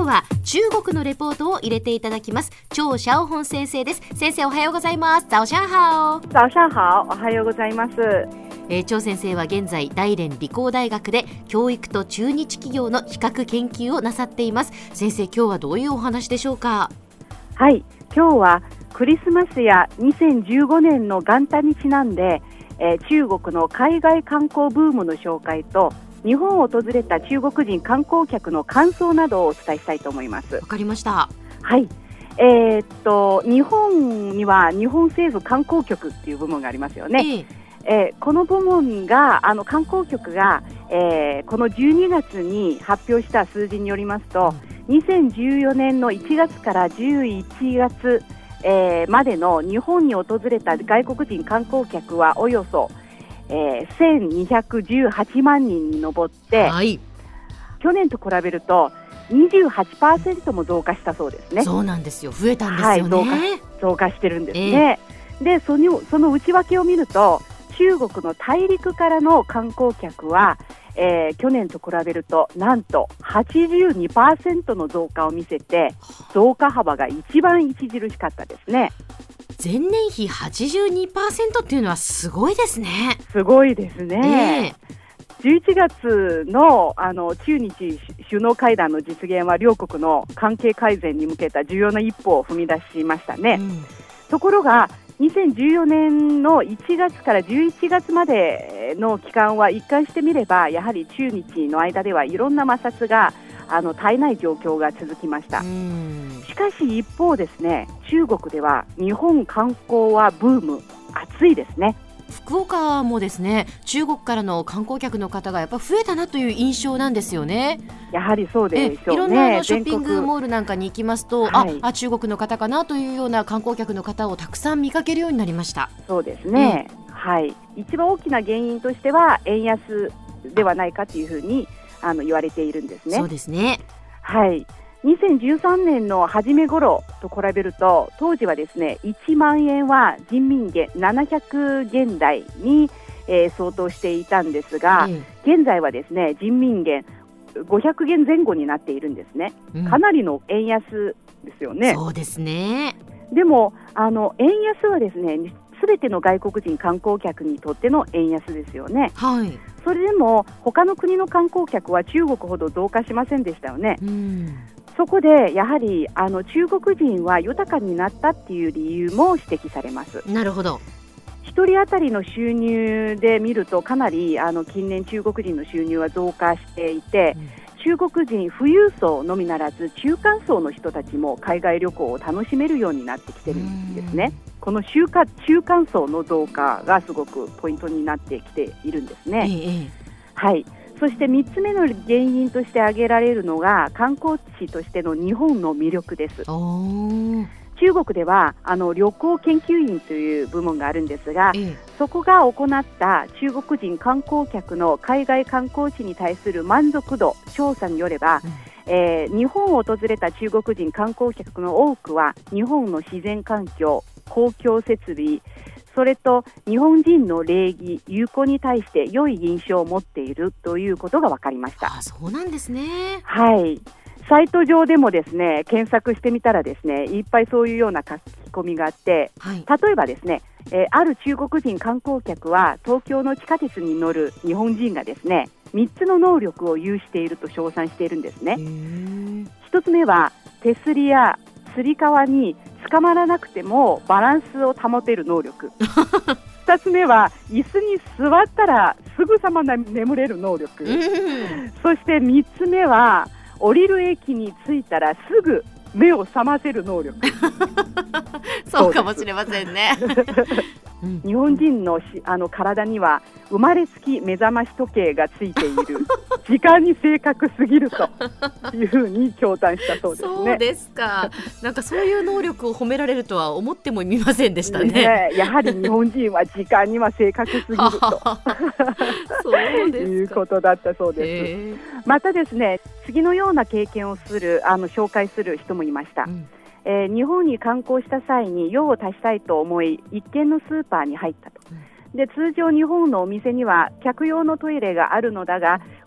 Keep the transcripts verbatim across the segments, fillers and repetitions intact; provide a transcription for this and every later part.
は中国のレポートを入れていただきます。張小本先生です。先生おはようございます。早上好。 早上好。おはようございます。 えー、張先生は現在大連理工大学で教育と駐日企業の比較研究をなさっています。先生、今日はどういうお話でしょうか？ はい、今日はクリスマスやにせんじゅうごねんの元旦にちなんで、えー、中国の海外観光ブームの紹介と日本を訪れた中国人観光客の感想などをお伝えしたいと思います。 わかりました。 はい、えー、っと日本には日本政府観光局っていう部門がありますよね。えーえー、この部門があの観光局が、えー、このじゅうにがつに発表した数字によりますと、にせんじゅうよねんのいちがつからじゅういちがつ、えー、までの日本に訪れた外国人観光客はおよそ、えー、せんにひゃくじゅうはちまんにんに上って、はい、去年と比べると にじゅうはちパーセント も増加したそうですね。 そうなんですよ。増えたんですよね。 はい、増加、増加してるんですね。えー、でその、その内訳を見ると中国の大陸からの観光客は、えー、去年と比べるとなんと はちじゅうにパーセント の増加を見せて、増加幅が一番著しかったですね。 前年比 はちじゅうにパーセント っていうのはすごいですね。 すごいですね。えー、じゅういちがつ の, あの中日首脳会談の実現は両国の関係改善に向けた重要な一歩を踏み出しましたね。うん、ところがにせんじゅうよねんのいちがつからじゅういちがつまでの期間は一貫してみればやはり中日の間ではいろんな摩擦があの絶えない状況が続きました。しかし一方ですね、中国では日本観光はブーム熱いですね。 福岡もですね、中国からの観光客の方がやっぱ増えたなという印象なんですよね。 やはりそうでしょうね。 いろんなあのショッピングモールなんかに行きますと、はい、ああ中国の方かなというような観光客の方をたくさん見かけるようになりました。 そうですね、はい、一番大きな原因としては円安ではないかというふうにあの言われているんですね。 そうですね、 はい、にせんじゅうさんねんの初め頃と比べると当時はですねいちまんえんは人民元ななひゃくげん台に、えー、相当していたんですが、うん、現在はですね人民元ごひゃくげんぜん後になっているんですね。かなりの円安ですよね。 そうですね。 でもあの円安はですねすべての外国人観光客にとっての円安ですよね。 はい、 それでも他の国の観光客は中国ほど増加しませんでしたよね。うん、そこでやはりあの中国人は豊かになったっていう理由も指摘されます。 なるほど。 ひとり当たりの収入で見るとかなりあの近年中国人の収入は増加していて、うん、中国人富裕層のみならず中間層の人たちも海外旅行を楽しめるようになってきてるんですね。この中間、中間層の増加がすごくポイントになってきているんですね。ええ、はい。そしてみっつめの原因として挙げられるのが観光地としての日本の魅力です。中国ではあの旅行研究院という部門があるんですが、ええ、そこが行った中国人観光客の海外観光地に対する満足度調査によれば、うんえー、日本を訪れた中国人観光客の多くは日本の自然環境、公共設備、それと日本人の礼儀、友好に対して良い印象を持っているということが分かりました。 あ、そうなんですね。 はい。サイト上でもですね検索してみたらですねいっぱいそういうような書き込みがあって、はい、例えばですね、えー、ある中国人観光客は東京の地下鉄に乗る日本人がですねみっつの能力を有していると称賛しているんですね。ひとつめは手すりやつり革に捕まらなくてもバランスを保てる能力ふたつめは椅子に座ったらすぐさま眠れる能力そしてみっつめは降りる駅に着いたらすぐ目を覚ませる能力そうかもしれませんね日本人の、あの体には生まれつき目覚まし時計がついている時間に正確すぎるというふうに驚嘆したそうですね。 そうですか。なんかそういう能力を褒められるとは思ってもみませんでしたね。 ね、やはり日本人は時間には正確すぎるとそうですかいうことだったそうです。またですね次のような経験をするあの紹介する人もいました。うんえー、日本に観光した際に用を足したいと思い一軒のスーパーに入ったと。で通常日本のお店には客用のトイレがあるのだが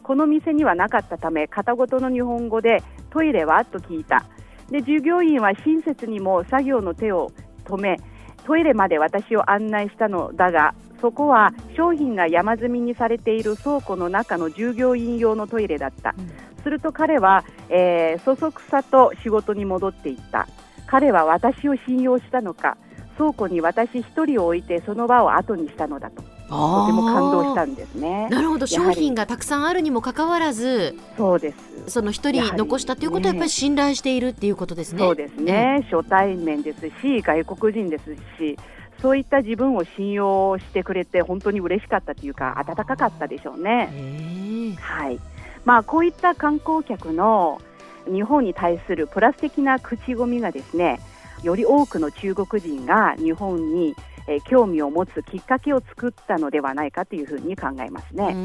この店にはなかったため片言の日本語でトイレはと聞いた。で従業員は親切にも作業の手を止めトイレまで私を案内したのだが、そこは商品が山積みにされている倉庫の中の従業員用のトイレだった、うん、すると彼は、えー、そそくさと仕事に戻っていった。彼は私を信用したのか、倉庫に私一人を置いてその場を後にしたのだと、とても感動したんですね。 なるほど、商品がたくさんあるにもかかわらず、 そうです、 その一人残したということはやっぱり信頼しているっていうことですね。 そうですね、うん、初対面ですし外国人ですし、そういった自分を信用してくれて本当に嬉しかったというか温かかったでしょうね。はい、まあ、こういった観光客の日本に対するプラス的な口コミがですね、より多くの中国人が日本にえー、興味を持つきっかけを作ったのではないかというふうに考えますね。うん、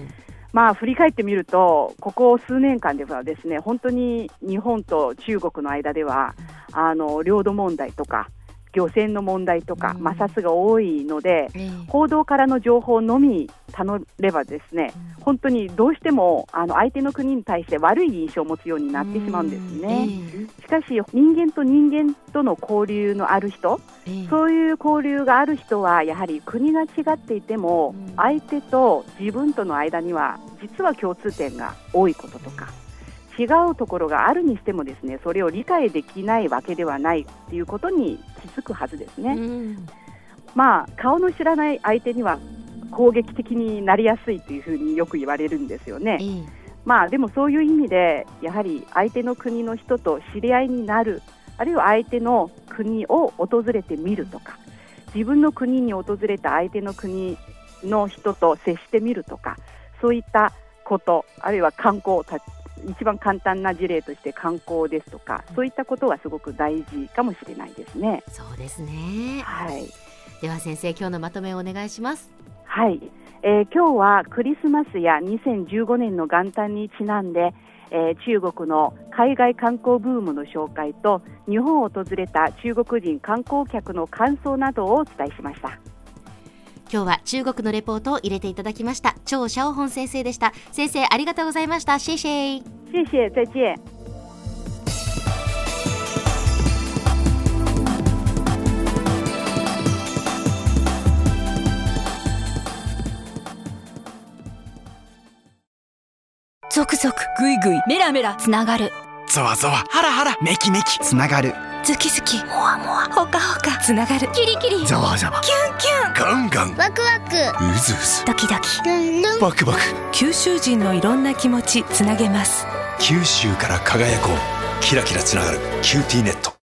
まあ振り返ってみるとここ数年間ではですね、本当に日本と中国の間ではあの領土問題とか漁船の問題とか、うん、摩擦が多いので、うん、報道からの情報のみ頼ればですね、うん、本当にどうしてもあの相手の国に対して悪い印象を持つようになってしまうんですね。うん、しかし人間と人間との交流のある人、うん、そういう交流がある人はやはり国が違っていても、うん、相手と自分との間には実は共通点が多いこととか、違うところがあるにしてもですね、それを理解できないわけではないということに気づくはずですね。うん、まあ顔の知らない相手には攻撃的になりやすいというふうによく言われるんですよね。うん、まあでもそういう意味でやはり相手の国の人と知り合いになる、あるいは相手の国を訪れてみるとか、自分の国に訪れた相手の国の人と接してみるとか、そういったこと、あるいは観光、一番簡単な事例として観光ですとか、そういったことがすごく大事かもしれないですね。 そうですね。はい。では先生、今日のまとめをお願いします。 はい、えー、今日はクリスマスやにせんじゅうごねんの元旦にちなんで、えー、中国の海外観光ブームの紹介と日本を訪れた中国人観光客の感想などをお伝えしました。 今日は中国のレポートを入れていただきました張小本先生でした。先生ありがとうございました。謝謝。 謝謝、再见。 ゾクゾクグイグイメラメラつながる、 ゾワゾワハラハラメキメキつながる、 ズキズキモワモワホカホカつながる、キリキリザワザワキュンキュンガンガンワクワクウズウズドキドキルンルンバクバク、 九州人のいろんな気持ちつなげます。 九州から輝こう、キラキラつながるキューティーネット。